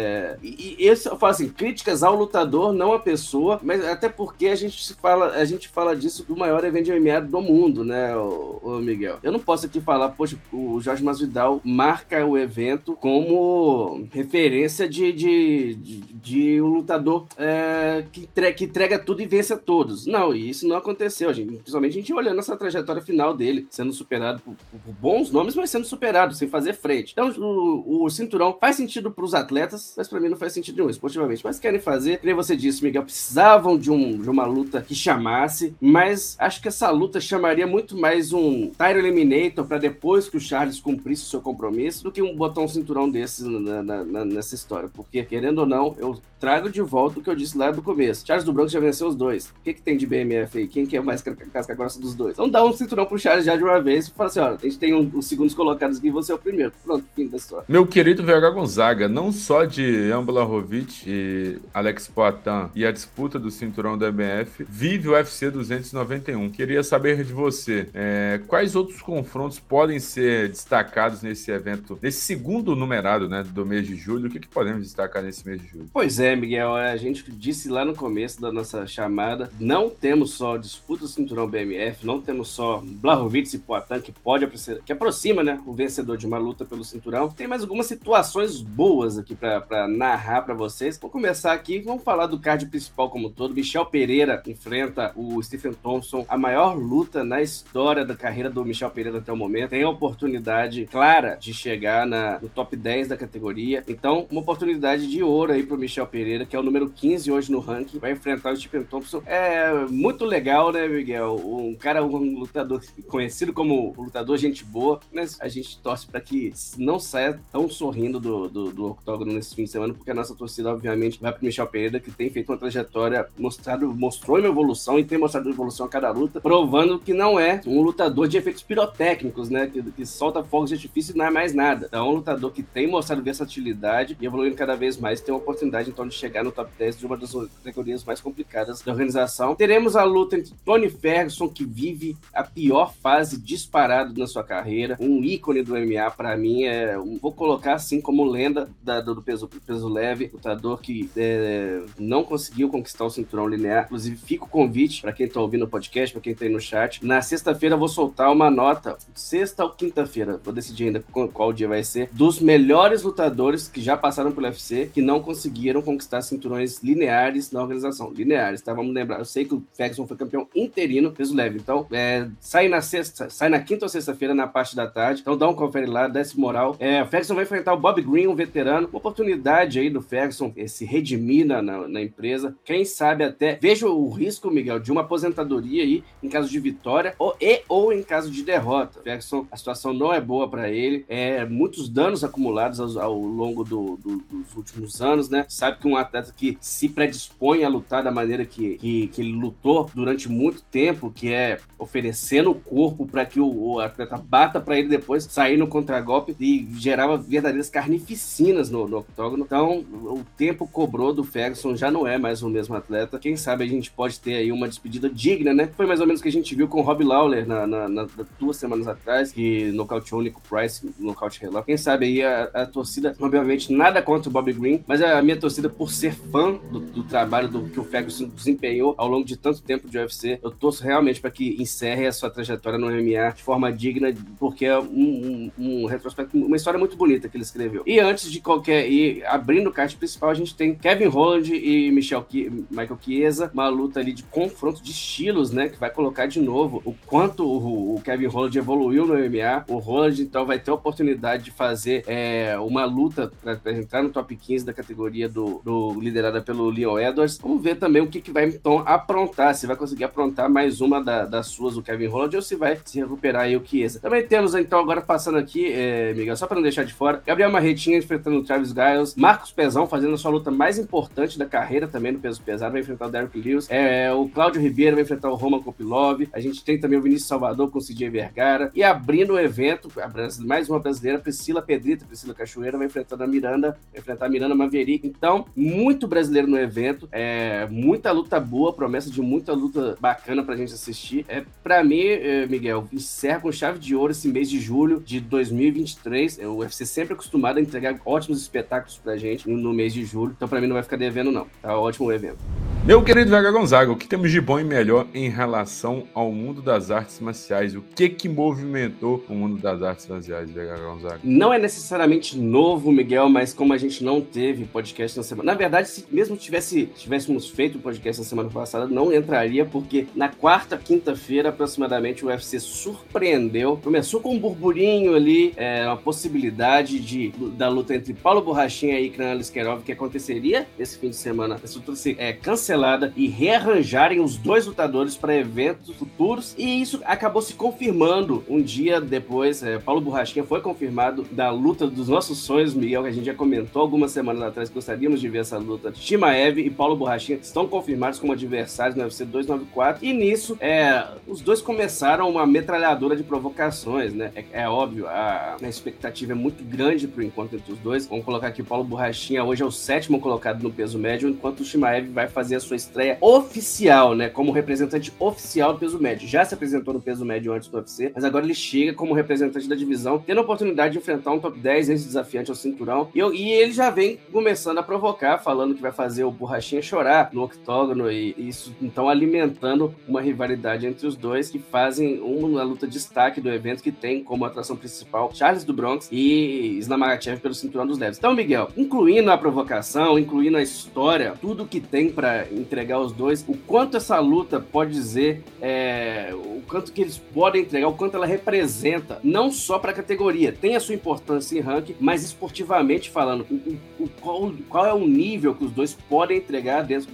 Eu falo assim, críticas ao lutador, não à pessoa, mas até porque a gente fala disso do maior evento de MMA do mundo, né, o Miguel? Eu não posso aqui falar, poxa, o Jorge Masvidal marca o evento como referência de um lutador que entrega tudo e vence a todos. Não, e isso não aconteceu, principalmente a gente olhando essa trajetória final dele, sendo superado por bons nomes, mas sendo superado, sem fazer frente. Então, o cinturão faz sentido para os atletas, mas para mim não faz sentido nenhum, esportivamente. Mas querem fazer, como você disse, Miguel, precisavam de uma luta que chamasse, mas acho que essa luta chamaria muito mais um Title Eliminator para depois que o Charles cumprisse o seu compromisso, do que botar um cinturão desses nessa história, porque, querendo ou não, eu trago de volta o que eu disse lá do começo. Charles do Bronx já venceu os dois. O que tem de BMF aí? Quem que é mais casca grossa dos dois? Então dá um cinturão pro Charles já de uma vez e fala assim, olha, a gente tem os segundos colocados aqui e você é o primeiro. Pronto, fim da história. Meu querido VH Gonzaga, não só de Jan Blachowicz e Alex Poatan e a disputa do cinturão da BMF, vive o UFC 291. Queria saber de você, quais outros confrontos podem ser destacados nesse evento, nesse segundo numerado, né, do mês de julho? O que podemos destacar nesse mês de julho? Pois é, Miguel, a gente estratégico, disse lá no começo da nossa chamada, não temos só disputa do cinturão BMF, não temos só Blachowicz e Poatan, que aproxima, né, o vencedor de uma luta pelo cinturão. Tem mais algumas situações boas aqui para narrar para vocês. Vou começar aqui, vamos falar do card principal como um todo. Michel Pereira enfrenta o Stephen Thompson, a maior luta na história da carreira do Michel Pereira até o momento. Tem a oportunidade clara de chegar no top 10 da categoria. Então, uma oportunidade de ouro aí pro Michel Pereira, que é o número 15 hoje no ranking, vai enfrentar o Stephen Thompson. É muito legal, né, Miguel? Um lutador conhecido como lutador gente boa, mas a gente torce para que não saia tão sorrindo do octógono nesse fim de semana, porque a nossa torcida, obviamente, vai pro Michel Pereira, que tem feito uma trajetória, mostrou uma evolução e tem mostrado evolução a cada luta, provando que não é um lutador de efeitos pirotécnicos, né, que solta fogos de artifício e não é mais nada. Então, é um lutador que tem mostrado versatilidade e evoluindo cada vez mais, tem uma oportunidade, então, de chegar no top 10 de uma das categorias mais complicadas da organização. Teremos a luta entre Tony Ferguson, que vive a pior fase disparado na sua carreira, um ícone do MMA, para mim, vou colocar assim como lenda do peso leve, lutador que não conseguiu conquistar o cinturão linear. Inclusive, fica o convite para quem tá ouvindo o podcast, para quem tá aí no chat. Na sexta-feira eu vou soltar uma nota, sexta ou quinta-feira, vou decidir ainda qual dia vai ser, dos melhores lutadores que já passaram pelo UFC, que não conseguiram conquistar cinturões lineares na organização. Lineares, tá? Vamos lembrar, eu sei que o Ferguson foi campeão interino peso leve, então sai na quinta ou sexta-feira na parte da tarde, então dá um confere lá, dá esse moral. O Ferguson vai enfrentar o Bob Green, um veterano, uma oportunidade aí do Ferguson se redimir na empresa, quem sabe até, veja o risco, Miguel, de uma aposentadoria aí em caso de vitória ou em caso de derrota. Ferguson, a situação não é boa para ele, muitos danos acumulados ao longo dos últimos anos, né? Sabe que um atleta que se predispõe a lutar da maneira que ele lutou durante muito tempo, que é oferecendo o corpo para que o atleta bata para ele depois sair no contragolpe, e gerava verdadeiras carnificinas no octógono. Então, o tempo cobrou do Ferguson, já não é mais o mesmo atleta. Quem sabe a gente pode ter aí uma despedida digna, né? Foi mais ou menos o que a gente viu com o Rob Lawler na 2 semanas atrás, que nocauteou o Nico Price, nocaute relógio. Quem sabe aí a torcida, obviamente, nada contra o Bob Green, mas a minha torcida, por ser fã do trabalho que o Ferguson desempenhou ao longo de tanto tempo de UFC, eu torço realmente para que encerre a sua trajetória no MMA de forma digna, porque é um retrospecto, uma história muito bonita que ele escreveu. E antes de abrindo o card principal, a gente tem Kevin Holland e Michael Chiesa, uma luta ali de confronto de estilos, né, que vai colocar de novo o quanto o Kevin Holland evoluiu no MMA. O Holland, então, vai ter a oportunidade de fazer uma luta para entrar no top 15 da categoria liderada pelo Leon Edwards. Vamos ver também o que vai, então, aprontar, se vai conseguir aprontar mais uma das suas, o Kevin Holland, ou se vai se recuperar aí o Chiesa. Também temos, então, agora passando aqui, Miguel, só para não deixar de fora, Gabriel Marretinha enfrentando o Travis Giles, Marcos Pezão fazendo a sua luta mais importante da carreira também no peso pesado, vai enfrentar o Derrick Lewis, o Cláudio Ribeiro vai enfrentar o Roman Kopilov, a gente tem também o Vinícius Salvador com o CJ Vergara, e abrindo o evento, mais uma brasileira, Priscila Cachoeira, vai enfrentar a Miranda Maverick. Então, muito brasileiro no evento, muita luta boa, promessa de muita luta bacana pra gente assistir. Pra mim, Miguel, encerra com chave de ouro esse mês de julho de 2023. O UFC sempre é acostumado a entregar ótimos espetáculos pra gente no mês de julho, então pra mim não vai ficar devendo não. Tá ótimo o evento. Meu querido Vega Gonzaga, o que temos de bom e melhor em relação ao mundo das artes marciais? O que movimentou o mundo das artes marciais, Vega Gonzaga? Não é necessariamente novo, Miguel, mas como a gente não teve podcast na semana... Na verdade, se mesmo tivéssemos feito o podcast na semana passada, não entraria, porque na quarta, quinta-feira, aproximadamente, o UFC surpreendeu. Começou com um burburinho ali, uma possibilidade da luta entre Paulo Borrachinha e Ikram Aliskerov, que aconteceria esse fim de semana. Essa luta cancelada e rearranjarem os dois lutadores para eventos futuros, e isso acabou se confirmando um dia depois. Paulo Borrachinha foi confirmado da luta dos nossos sonhos, Miguel, que a gente já comentou algumas semanas atrás que gostaríamos de ver essa luta. Chimaev e Paulo Borrachinha estão confirmados como adversários no UFC 294, e nisso os dois começaram uma metralhadora de provocações, né? É óbvio, a expectativa é muito grande pro encontro entre os dois. Vamos colocar aqui, o Paulo Borrachinha hoje é o 7º colocado no peso médio, enquanto o Chimaev vai fazer sua estreia oficial, né? Como representante oficial do peso médio. Já se apresentou no peso médio antes do UFC, mas agora ele chega como representante da divisão, tendo a oportunidade de enfrentar um top 10 ex-desafiante ao cinturão. E ele já vem começando a provocar, falando que vai fazer o Borrachinha chorar no octógono, e isso então alimentando uma rivalidade entre os dois, que fazem uma luta de destaque do evento, que tem como atração principal Charles do Bronx e Islam Makhachev pelo cinturão dos leves. Então, Miguel, incluindo a provocação, incluindo a história, tudo que tem para entregar os dois, o quanto essa luta pode dizer, o quanto que eles podem entregar, o quanto ela representa, não só para a categoria, tem a sua importância em ranking, mas esportivamente falando, qual é o nível que os dois podem entregar dentro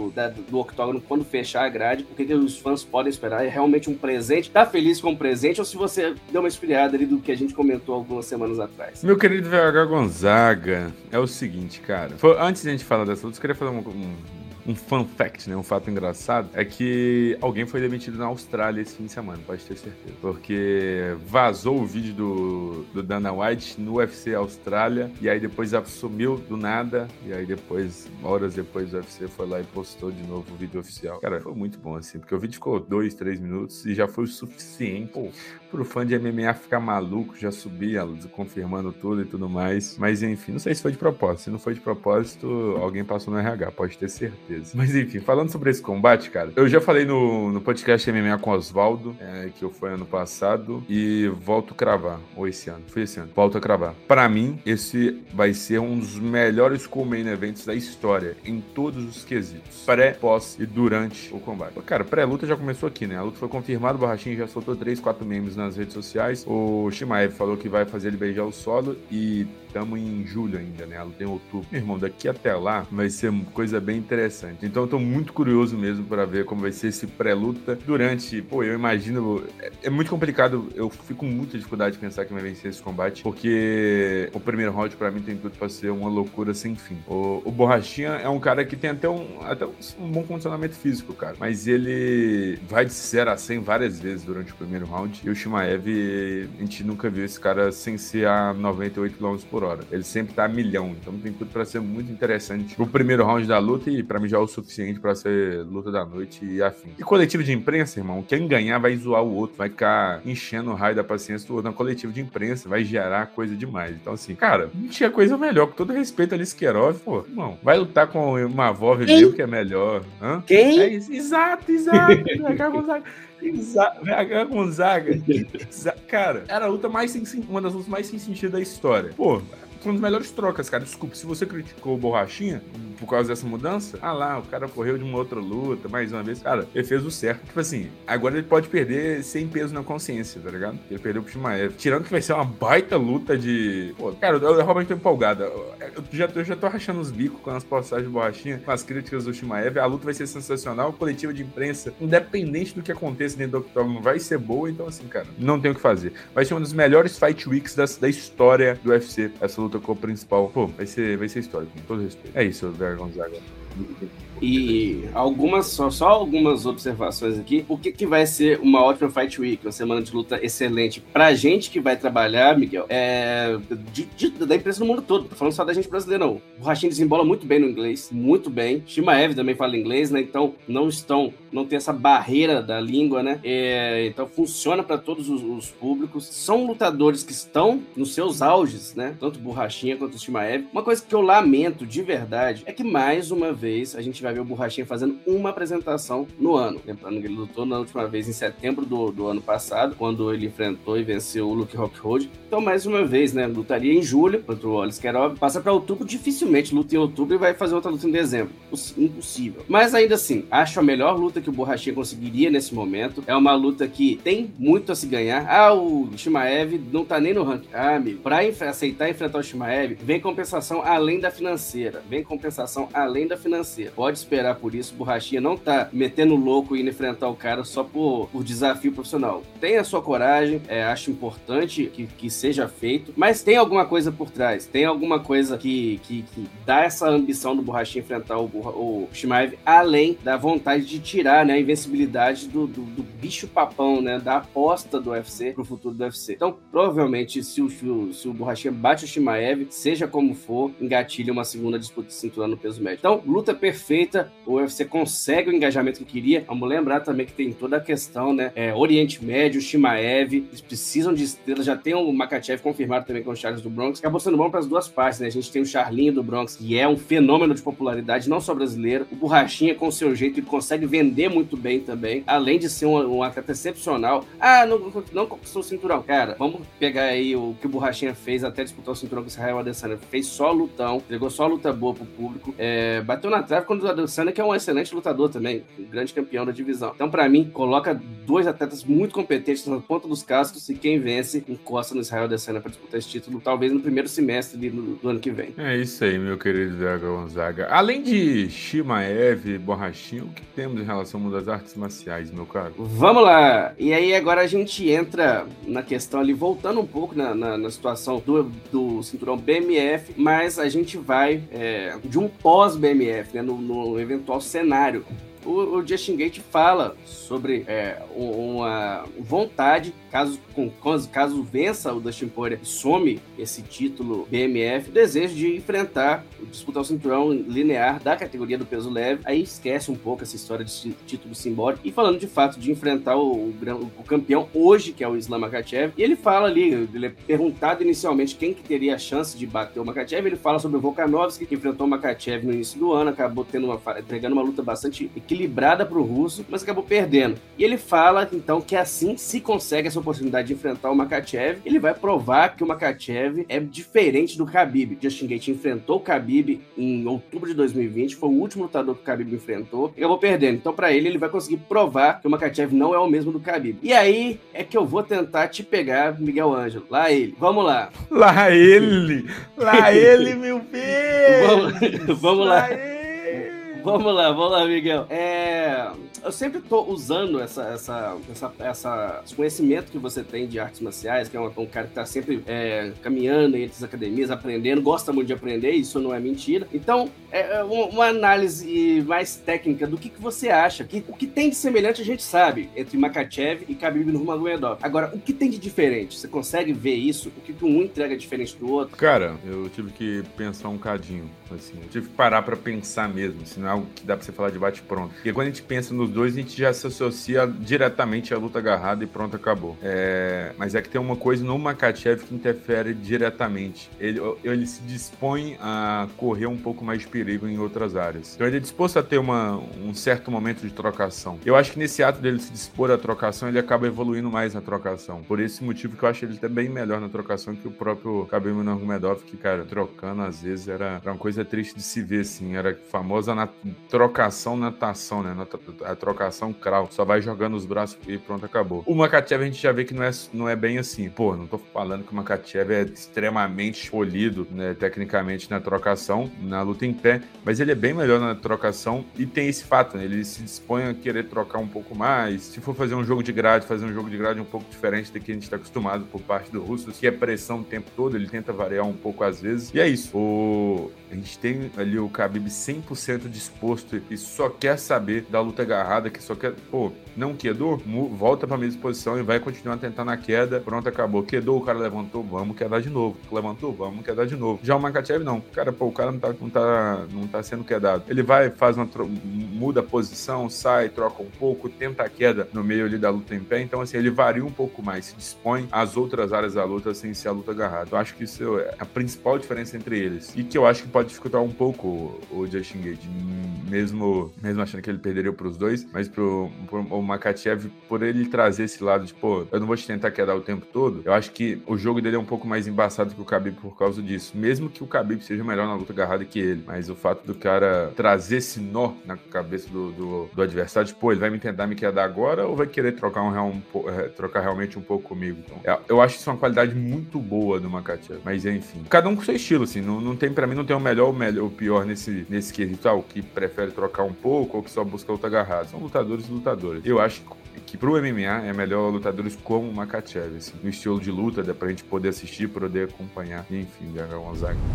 do octógono quando fechar a grade, o que os fãs podem esperar, é realmente um presente, tá feliz com o presente, ou se você deu uma esfriada ali do que a gente comentou algumas semanas atrás? Meu querido VH Gonzaga, é o seguinte, cara, antes de a gente falar dessa luta, eu queria fazer um fun fact, né? Um fato engraçado, é que alguém foi demitido na Austrália esse fim de semana, pode ter certeza. Porque vazou o vídeo do Dana White no UFC Austrália, e aí depois sumiu do nada, e aí depois, horas depois, o UFC foi lá e postou de novo o vídeo oficial. Cara, foi muito bom, assim, porque o vídeo ficou 2, 3 minutos e já foi o suficiente, pro fã de MMA ficar maluco, já subia, confirmando tudo e tudo mais. Mas enfim, não sei se foi de propósito. Se não foi de propósito, alguém passou no RH, pode ter certeza. Mas enfim, falando sobre esse combate, cara, eu já falei no podcast MMA com o Oswaldo, que eu fui ano passado, e volto a cravar, ou esse ano, foi esse ano, volto a cravar. Pra mim, esse vai ser um dos melhores co-main events da história, em todos os quesitos, pré, pós e durante o combate. Cara, pré-luta já começou aqui, né? A luta foi confirmada, o Borrachinha já soltou 3, 4 memes nas redes sociais. O Chimaev falou que vai fazer ele beijar o solo, e estamos em julho ainda, né? A luta em outubro. Meu irmão, daqui até lá vai ser coisa bem interessante. Então eu tô muito curioso mesmo para ver como vai ser esse pré-luta. Durante, eu imagino, é muito complicado, eu fico com muita dificuldade de pensar quem vai vencer esse combate, porque o primeiro round pra mim tem tudo pra ser uma loucura sem fim. O Borrachinha é um cara que tem até um bom condicionamento físico, cara, mas ele vai de 0 a 100 várias vezes durante o primeiro round, e o Chimaev, a gente nunca viu esse cara sem ser a 98 km por hora. Ele sempre tá a milhão, então tem tudo pra ser muito interessante o primeiro round da luta, e pra mim já é o suficiente pra ser luta da noite e afim. E coletivo de imprensa, irmão, quem ganhar vai zoar o outro, vai ficar enchendo o raio da paciência do outro na coletiva de imprensa, vai gerar coisa demais. Então assim, cara, não tinha coisa melhor, com todo respeito a Liskerov, irmão, vai lutar com uma Vov mesmo que é melhor. Hã? Quem? Exato, VH Gonzaga. VH Gonzaga. Cara, era a luta uma das lutas mais sem sentido da história. Foi uma das melhores trocas, cara. Desculpa, se você criticou o Borrachinha por causa dessa mudança, o cara correu de uma outra luta, mais uma vez. Cara, ele fez o certo. Tipo assim, agora ele pode perder sem peso na consciência, tá ligado? Ele perdeu pro Chimaev. Tirando que vai ser uma baita luta de... cara, eu realmente tô empolgado. Eu já tô rachando os bicos com as postagens do Borrachinha, com as críticas do Chimaev. A luta vai ser sensacional. A coletiva de imprensa, independente do que aconteça dentro do octógono, vai ser boa. Então assim, cara, não tem o que fazer. Vai ser uma das melhores Fight Weeks da história do UFC. Essa luta com o principal. Vai ser histórico, com todo respeito. É isso, VH Gonzaga. E só algumas observações aqui. O que vai ser uma ótima Fight Week, uma semana de luta excelente pra gente que vai trabalhar, Miguel, da imprensa no mundo todo. Tô falando só da gente brasileira, não. O Borrachinha desembola muito bem no inglês, muito bem. Chimaev também fala inglês, né? Então não tem essa barreira da língua, né? Então funciona pra todos os públicos. São lutadores que estão nos seus auges, né? Tanto o Borrachinha quanto o Chimaev. Uma coisa que eu lamento de verdade é que mais uma vez a gente vai ver o Borrachinha fazendo uma apresentação no ano. Lembrando que ele lutou na última vez em setembro do ano passado, quando ele enfrentou e venceu o Luke Rockhold. Então, mais uma vez, né, lutaria em julho contra o Liskerov, passa para outubro, dificilmente luta em outubro e vai fazer outra luta em dezembro. Impossível. Mas ainda assim, acho a melhor luta que o Borrachinha conseguiria nesse momento. É uma luta que tem muito a se ganhar. O Chimaev não tá nem no ranking. Amigo, pra aceitar enfrentar o Chimaev, vem compensação além da financeira. Pode esperar por isso. O Borrachinha não tá metendo louco e indo enfrentar o cara só por desafio profissional. Tem a sua coragem, acho importante que seja feito, mas tem alguma coisa por trás. Tem alguma coisa que dá essa ambição do Borrachinha enfrentar o Chimaev, além da vontade de tirar, né, a invencibilidade do bicho papão, né, da aposta do UFC pro futuro do UFC. Então, provavelmente, se o Borrachinha bate o Chimaev, seja como for, engatilha uma segunda disputa de cinturão no peso médio. Então, luta perfeita feita, o UFC consegue o engajamento que queria. Vamos lembrar também que tem toda a questão, né? Oriente Médio, Chimaev, eles precisam de estrelas, já tem o Makhachev confirmado também com o Charles do Bronx. Acabou sendo bom para as duas partes, né? A gente tem o Charlinho do Bronx, que é um fenômeno de popularidade, não só brasileiro. O Borrachinha, com o seu jeito, ele consegue vender muito bem também, além de ser um atleta excepcional. Não conquistou o cinturão. Cara, vamos pegar aí o que o Borrachinha fez até disputar o cinturão com o Israel Adesanya. Fez só lutão, entregou só luta boa pro público. Bateu na trave quando o Adesanya, que é um excelente lutador também, um grande campeão da divisão. Então, pra mim, coloca dois atletas muito competentes na ponta dos cascos e quem vence encosta no Israel Adesanya pra disputar esse título, talvez no primeiro semestre do ano que vem. É isso aí, meu querido Draga Gonzaga. Além de Chimaev e Borrachinha, o que temos em relação ao mundo das artes marciais, meu caro? Vamos lá! E aí agora a gente entra na questão ali, voltando um pouco na situação do cinturão BMF, mas a gente vai de um pós-BMF, né, no eventual cenário. O Justin Gaethje fala sobre uma vontade, caso vença o Dustin Poirier e some esse título BMF, o desejo de enfrentar, disputar o cinturão linear da categoria do peso leve. Aí esquece um pouco essa história de título simbólico e falando de fato de enfrentar o campeão hoje, que é o Islam Makhachev. E ele fala ali, ele é perguntado inicialmente quem que teria a chance de bater o Makhachev. Ele fala sobre o Volkanovski, que enfrentou o Makhachev no início do ano, acabou entregando uma luta bastante equilibrada para o russo, mas acabou perdendo. E ele fala, então, que assim se consegue essa oportunidade de enfrentar o Makhachev, ele vai provar que o Makhachev é diferente do Khabib. Justin Gaethje enfrentou o Khabib em outubro de 2020, foi o último lutador que o Khabib enfrentou, e acabou perdendo. Então, para ele vai conseguir provar que o Makhachev não é o mesmo do Khabib. E aí é que eu vou tentar te pegar, Miguel Ângelo. Lá ele. Vamos lá. Lá ele! Lá ele, meu bem! Vamos lá. Vamos lá, Miguel. Eu sempre tô usando esse conhecimento que você tem de artes marciais, que é um cara que tá sempre caminhando entre as academias, aprendendo, gosta muito de aprender, isso não é mentira. Então, uma análise mais técnica do que você acha, o que tem de semelhante a gente sabe, entre Makhachev e Khabib Nurmagomedov. Agora, o que tem de diferente? Você consegue ver isso? O que um entrega diferente do outro? Cara, eu tive que pensar um cadinho, assim, eu tive que parar pra pensar mesmo, assim, não é algo que dá pra você falar de bate-pronto. Porque quando a gente pensa nos dois, a gente já se associa diretamente à luta agarrada e pronto, acabou. Mas é que tem uma coisa no Makhachev que interfere diretamente. Ele se dispõe a correr um pouco mais de perigo em outras áreas. Então ele é disposto a ter um certo momento de trocação. Eu acho que nesse ato dele se dispor à trocação, ele acaba evoluindo mais na trocação. Por esse motivo que eu acho ele até bem melhor na trocação que o próprio Khabib Nurmagomedov, que, cara, trocando às vezes era uma coisa triste de se ver, assim. Era famosa trocação, natação, né? A trocação crawl. Só vai jogando os braços e pronto, acabou. O Makhachev a gente já vê que não é bem assim. Pô, não tô falando que o Makhachev é extremamente polido, né, tecnicamente na trocação, na luta em pé, mas ele é bem melhor na trocação e tem esse fato, né? Ele se dispõe a querer trocar um pouco mais. Se for fazer um jogo de grade um pouco diferente do que a gente tá acostumado por parte do russo, que é pressão o tempo todo, ele tenta variar um pouco às vezes. E é isso. A gente tem ali o Khabib 100% disposto e só quer saber da luta agarrada, que só quer, não quedou? Volta pra mesma posição e vai continuar tentando a queda. Pronto, acabou. Quedou, o cara levantou, vamos quedar de novo. Levantou, vamos quedar de novo. Já o Makhachev não. Cara, o cara não tá sendo quedado. Ele vai, muda a posição, sai, troca um pouco, tenta a queda no meio ali da luta em pé. Então, assim, ele varia um pouco mais, se dispõe às outras áreas da luta sem ser a luta agarrada. Eu acho que isso é a principal diferença entre eles. E que eu acho que pode dificultar um pouco o Justin Gaethje, mesmo achando que ele perderia pros dois, mas pro Makhachev, por ele trazer esse lado de, eu não vou te tentar quedar o tempo todo, eu acho que o jogo dele é um pouco mais embaçado que o Khabib por causa disso, mesmo que o Khabib seja melhor na luta agarrada que ele, mas o fato do cara trazer esse nó na cabeça do adversário, ele vai me tentar me quedar agora ou vai querer trocar realmente um pouco comigo? Então, eu acho isso uma qualidade muito boa do Makhachev, mas enfim, cada um com seu estilo, assim, não tem, pra mim não tem o melhor ou o pior nesse quesito, o que prefere trocar um pouco ou que só busca luta agarrada. São lutadores e lutadores. Eu acho que pro MMA é melhor lutadores como o Makhachev, assim, no estilo de luta, dá pra gente poder assistir, poder acompanhar, enfim, Gonzaga.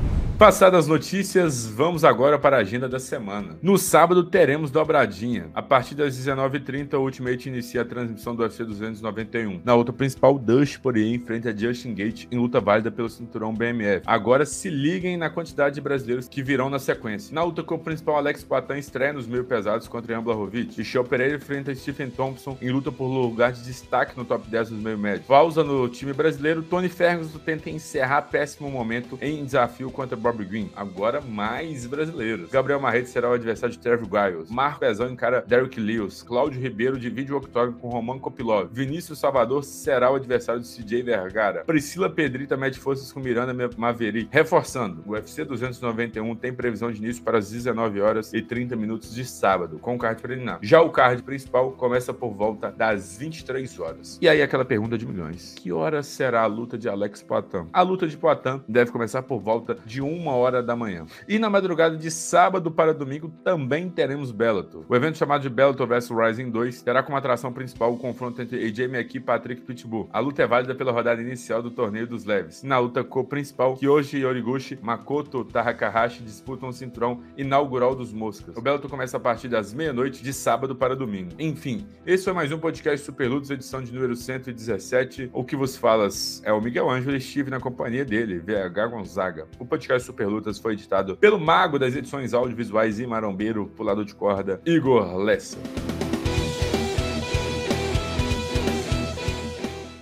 Passadas as notícias, vamos agora para a agenda da semana. No sábado teremos dobradinha. A partir das 19h30, o Ultimate inicia a transmissão do UFC 291. Na luta principal, Dustin Poirier enfrenta a Justin Gaethje em luta válida pelo cinturão BMF. Agora se liguem na quantidade de brasileiros que virão na sequência. Na luta com o principal, Alex Poatan estreia nos meio pesados contra Ian Blachowicz. Michel Pereira enfrenta Stephen Thompson em luta por lugar de destaque no top 10 dos meio médio. Pausa no time brasileiro, Tony Ferguson tenta encerrar péssimo momento em desafio contra Bobby Green. Agora mais brasileiros. Gabriel Marrete será o adversário de Trevor Giles. Marco Pezão encara Derrick Lewis. Cláudio Ribeiro divide o octógono com Roman Kopilov. Vinícius Salvador será o adversário de CJ Vergara. Priscila Pedrita mede forças com Miranda Maverick. Reforçando, o UFC 291 tem previsão de início para as 19h30 de sábado, com o card preliminar. Já o card principal começa por volta das 23 horas. E aí aquela pergunta de milhões. Que hora será a luta de Alex Poatan? A luta de Poatan deve começar por volta de 1h da manhã. E na madrugada de sábado para domingo também teremos Bellator. O evento chamado de Bellator vs Rising 2 terá como atração principal o confronto entre AJ McKee e Patrick Pitbull. A luta é válida pela rodada inicial do torneio dos leves. Na luta co-principal, Kyoji Yoriguchi, Makoto Takahashi disputam o cinturão inaugural dos moscas. O Bellator começa a partir das meia-noite de sábado para domingo. Enfim, esse foi mais um podcast Super Lutas, edição de número 117. O que vos falas é o Miguel Ângelo e estive na companhia dele, VH Gonzaga. O podcast Super Lutas foi editado pelo mago das edições audiovisuais e marombeiro, pulador de corda, Igor Lessa.